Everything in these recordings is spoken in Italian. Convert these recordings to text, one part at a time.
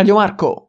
Radio Marco.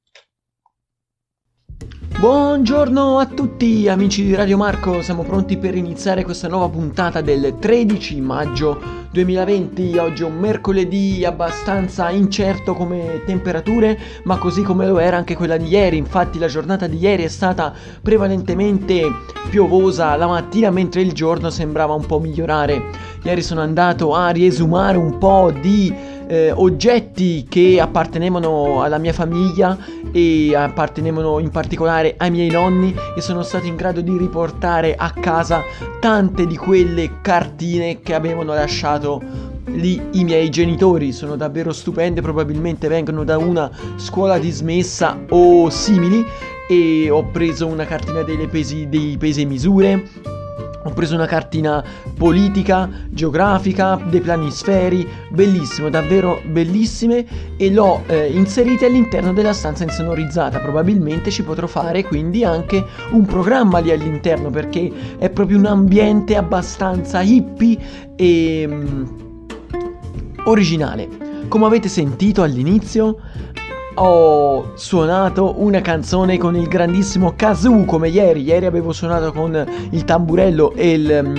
Buongiorno a tutti amici di Radio Marco, siamo pronti per iniziare questa nuova puntata del 13 maggio 2020. Oggi è un mercoledì abbastanza incerto come temperature, ma così come lo era anche quella di ieri. Infatti la giornata di ieri è stata prevalentemente piovosa la mattina, mentre il giorno sembrava un po' migliorare. Ieri sono andato a riesumare un po' di oggetti che appartenevano alla mia famiglia e appartenevano in particolare ai miei nonni, e sono stato in grado di riportare a casa tante di quelle cartine che avevano lasciato lì i miei genitori. Sono davvero stupende, probabilmente vengono da una scuola dismessa o simili. E ho preso una cartina dei pesi e misure. Ho preso una cartina politica, geografica, dei planisferi, bellissimo, davvero bellissime, e l'ho inserite all'interno della stanza insonorizzata. Probabilmente ci potrò fare quindi anche un programma lì all'interno, perché è proprio un ambiente abbastanza hippie e originale. Come avete sentito all'inizio, ho suonato una canzone con il grandissimo kazoo come ieri. Ieri avevo suonato con il tamburello e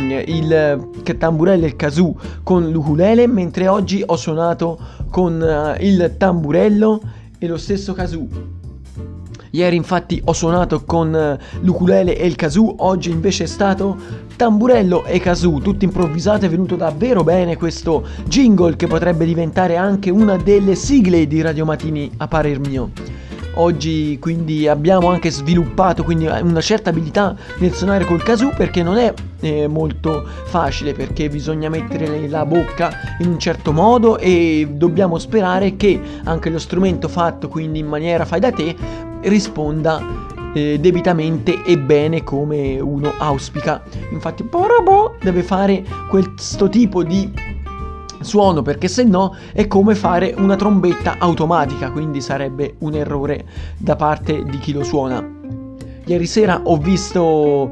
il tamburello e il kazoo con l'ukulele, mentre oggi ho suonato con il tamburello e lo stesso kazoo. Ieri infatti ho suonato con l'ukulele e il kazoo, oggi invece è stato tamburello e kazoo, tutto improvvisato. È venuto davvero bene questo jingle, che potrebbe diventare anche una delle sigle di Radio Matini a parer mio. Oggi quindi abbiamo anche sviluppato quindi una certa abilità nel suonare col kazoo, perché non è molto facile, perché bisogna mettere la bocca in un certo modo e dobbiamo sperare che anche lo strumento fatto quindi in maniera fai da te risponda debitamente e bene come uno auspica. Infatti deve fare questo tipo di suono, perché se no è come fare una trombetta automatica, quindi sarebbe un errore da parte di chi lo suona. Ieri sera ho visto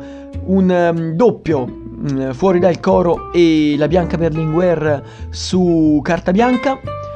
un doppio Fuori dal coro e La Bianca Berlinguer su carta bianca,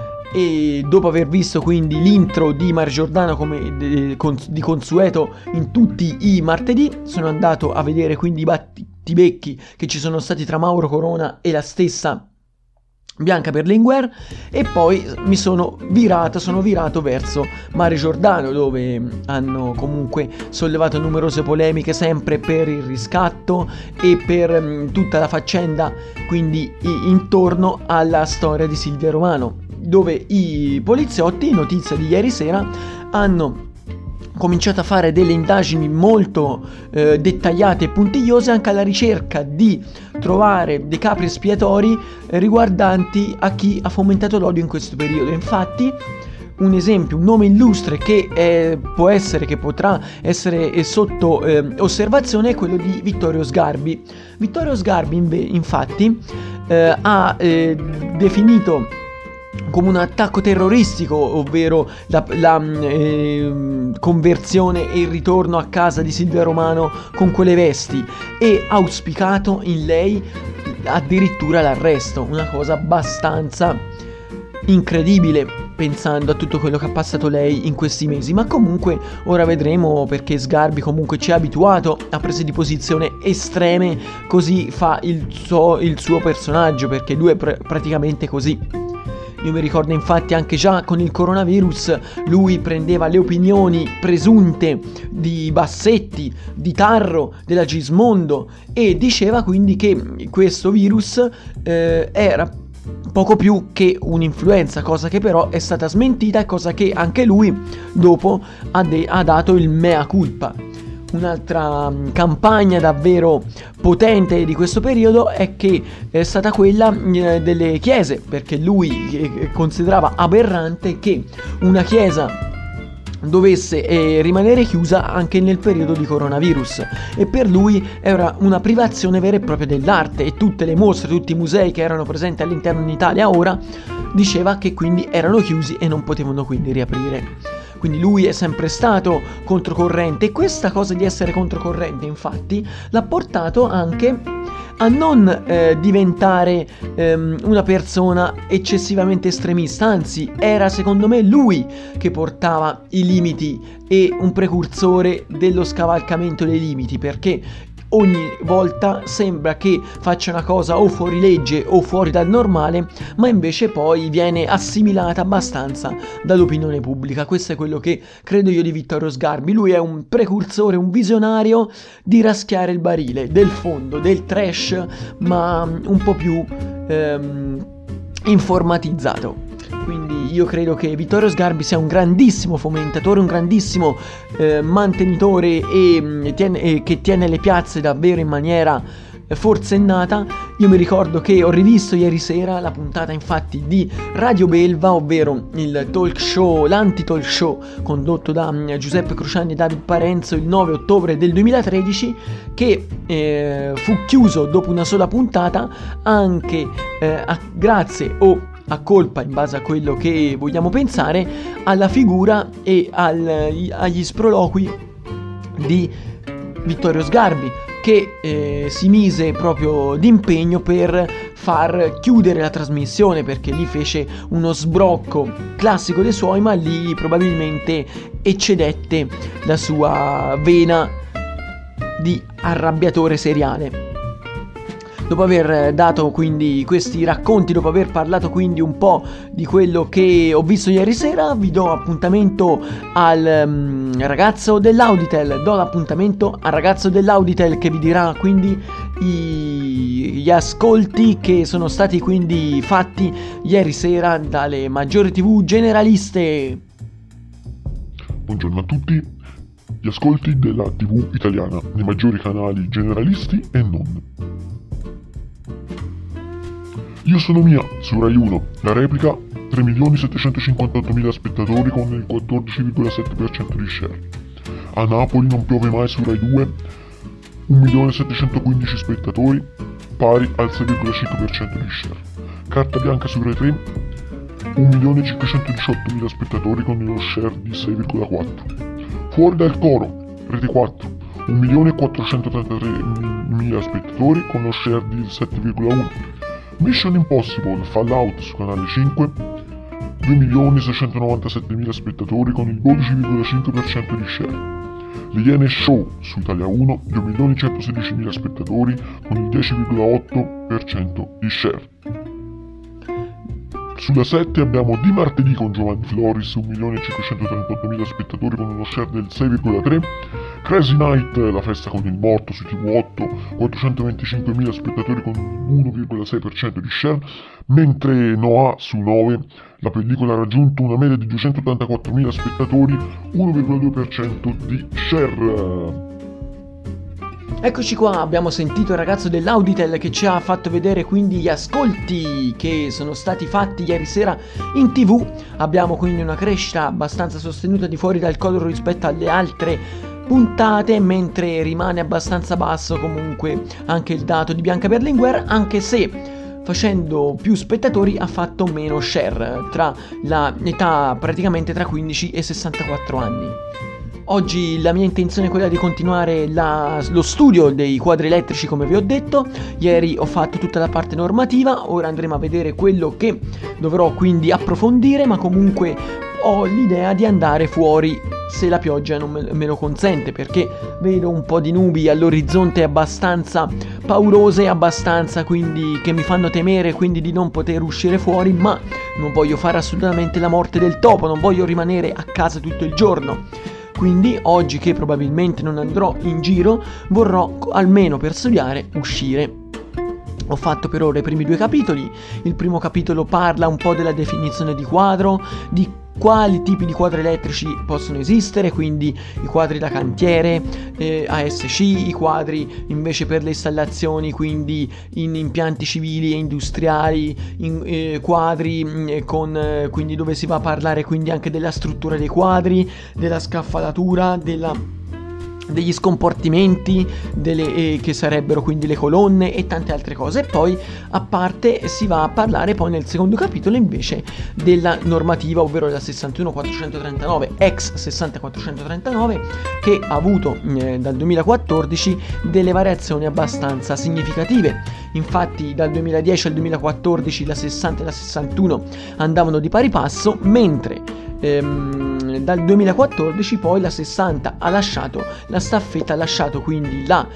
e dopo aver visto quindi l'intro di Mare Giordano come di consueto in tutti i martedì, sono andato a vedere quindi i battibecchi che ci sono stati tra Mauro Corona e la stessa Bianca Berlinguer, e poi sono virato verso Mare Giordano, dove hanno comunque sollevato numerose polemiche sempre per il riscatto e per tutta la faccenda quindi intorno alla storia di Silvia Romano, dove i poliziotti, notizia di ieri sera, hanno cominciato a fare delle indagini molto dettagliate e puntigliose, anche alla ricerca di trovare dei capri espiatori riguardanti a chi ha fomentato l'odio in questo periodo. Infatti un esempio, un nome illustre che potrà essere sotto osservazione è quello di Vittorio Sgarbi. Vittorio Sgarbi infatti ha definito come un attacco terroristico, ovvero la conversione e il ritorno a casa di Silvia Romano con quelle vesti, e auspicato in lei addirittura l'arresto. Una cosa abbastanza incredibile pensando a tutto quello che ha passato lei in questi mesi, ma comunque ora vedremo, perché Sgarbi comunque ci ha abituato a prese di posizione estreme, così fa il suo personaggio, perché lui è praticamente così. Io mi ricordo infatti anche già con il coronavirus lui prendeva le opinioni presunte di Bassetti, di Tarro, della Gismondo, e diceva quindi che questo virus era poco più che un'influenza, cosa che però è stata smentita e cosa che anche lui dopo ha dato il mea culpa. Un'altra campagna davvero potente di questo periodo è che è stata quella delle chiese, perché lui considerava aberrante che una chiesa dovesse rimanere chiusa anche nel periodo di coronavirus, e per lui era una privazione vera e propria dell'arte, e tutte le mostre, tutti i musei che erano presenti all'interno d'Italia ora diceva che quindi erano chiusi e non potevano quindi riaprire. Quindi lui è sempre stato controcorrente, e questa cosa di essere controcorrente infatti l'ha portato anche a non diventare una persona eccessivamente estremista, anzi era secondo me lui che portava i limiti e un precursore dello scavalcamento dei limiti, perché ogni volta sembra che faccia una cosa o fuori legge o fuori dal normale, ma invece poi viene assimilata abbastanza dall'opinione pubblica. Questo è quello che credo io di Vittorio Sgarbi. Lui è un precursore, un visionario di raschiare il barile, del fondo, del trash, ma un po' più informatizzato. Quindi io credo che Vittorio Sgarbi sia un grandissimo fomentatore, un grandissimo mantenitore e che tiene le piazze davvero in maniera forsennata. Io mi ricordo che ho rivisto ieri sera la puntata infatti di Radio Belva, ovvero il talk show, l'anti-talk show condotto da Giuseppe Cruciani e David Parenzo il 9 ottobre del 2013, che fu chiuso dopo una sola puntata anche grazie o a colpa, in base a quello che vogliamo pensare, alla figura e agli sproloqui di Vittorio Sgarbi, che si mise proprio d'impegno per far chiudere la trasmissione, perché lì fece uno sbrocco classico dei suoi, ma lì probabilmente eccedette la sua vena di arrabbiatore seriale. Dopo aver dato quindi questi racconti, dopo aver parlato quindi un po' di quello che ho visto ieri sera, vi do appuntamento al ragazzo dell'Auditel. Do l'appuntamento al ragazzo dell'Auditel che vi dirà quindi gli ascolti che sono stati quindi fatti ieri sera dalle maggiori TV generaliste. Buongiorno a tutti. Gli ascolti della TV italiana, nei maggiori canali generalisti e non. Io sono Mia, su Rai 1, la replica 3.758.000 spettatori con il 14,7% di share. A Napoli non piove mai su Rai 2, 1.715.000 spettatori, pari al 6,5% di share. Carta bianca su Rai 3, 1.518.000 spettatori con uno share di 6,4%. Fuori dal coro, Rete 4, 1.433.000 spettatori con uno share di 7,1%. Mission Impossible Fallout su canale 5, 2.697.000 spettatori con il 12,5% di share. Le Iene Show su Italia 1, 2.116.000 spettatori con il 10,8% di share. Sulla 7 abbiamo Di Martedì con Giovanni Floris, 1.538.000 spettatori con uno share del 6,3%. Crazy Night, la festa con il morto su TV8, 425.000 spettatori con 1,6% di share, mentre Noah su 9, la pellicola ha raggiunto una media di 284.000 spettatori, 1,2% di share. Eccoci qua, abbiamo sentito il ragazzo dell'Auditel che ci ha fatto vedere quindi gli ascolti che sono stati fatti ieri sera in TV. Abbiamo quindi una crescita abbastanza sostenuta di Fuori dal coro rispetto alle altre puntate, mentre rimane abbastanza basso comunque anche il dato di Bianca Berlinguer, anche se facendo più spettatori ha fatto meno share tra la età praticamente tra 15 e 64 anni. Oggi la mia intenzione è quella di continuare lo studio dei quadri elettrici, come vi ho detto. Ieri ho fatto tutta la parte normativa, ora andremo a vedere quello che dovrò quindi approfondire, ma comunque ho l'idea di andare fuori se la pioggia non me lo consente, perché vedo un po' di nubi all'orizzonte abbastanza paurose, abbastanza quindi che mi fanno temere quindi di non poter uscire fuori, ma non voglio fare assolutamente la morte del topo, non voglio rimanere a casa tutto il giorno. Quindi oggi, che probabilmente non andrò in giro, vorrò almeno per studiare uscire. Ho fatto per ora i primi 2 capitoli. Il primo capitolo parla un po' della definizione di quadro, di quali tipi di quadri elettrici possono esistere, quindi i quadri da cantiere, ASC, i quadri invece per le installazioni, quindi in impianti civili e industriali, quadri quindi dove si va a parlare quindi anche della struttura dei quadri, della scaffalatura, della degli scomportamenti che sarebbero quindi le colonne e tante altre cose. E poi a parte si va a parlare poi nel secondo capitolo invece della normativa, ovvero la 61439 ex 60439, che ha avuto dal 2014 delle variazioni abbastanza significative. Infatti dal 2010 al 2014 la 60 e la 61 andavano di pari passo, mentre dal 2014 poi la 60 ha lasciato la staffetta, ha lasciato quindi la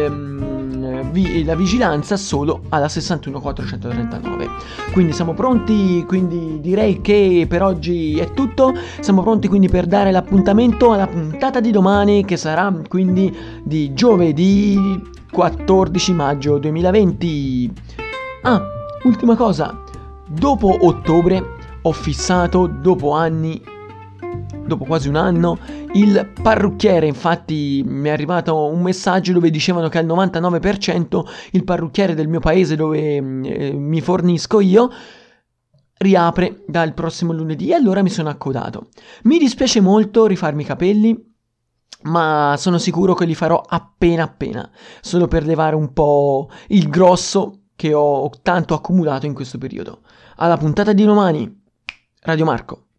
vigilanza solo alla 61439. Quindi siamo pronti, quindi direi che per oggi è tutto. Siamo pronti quindi per dare l'appuntamento alla puntata di domani, che sarà quindi di giovedì 14 maggio 2020. Ultima cosa, dopo ottobre ho fissato, dopo quasi un anno, il parrucchiere. Infatti mi è arrivato un messaggio dove dicevano che al 99% il parrucchiere del mio paese, dove mi fornisco io, riapre dal prossimo lunedì, e allora mi sono accodato. Mi dispiace molto rifarmi i capelli, ma sono sicuro che li farò appena, solo per levare un po' il grosso che ho tanto accumulato in questo periodo. Alla puntata di domani, Radio Marco.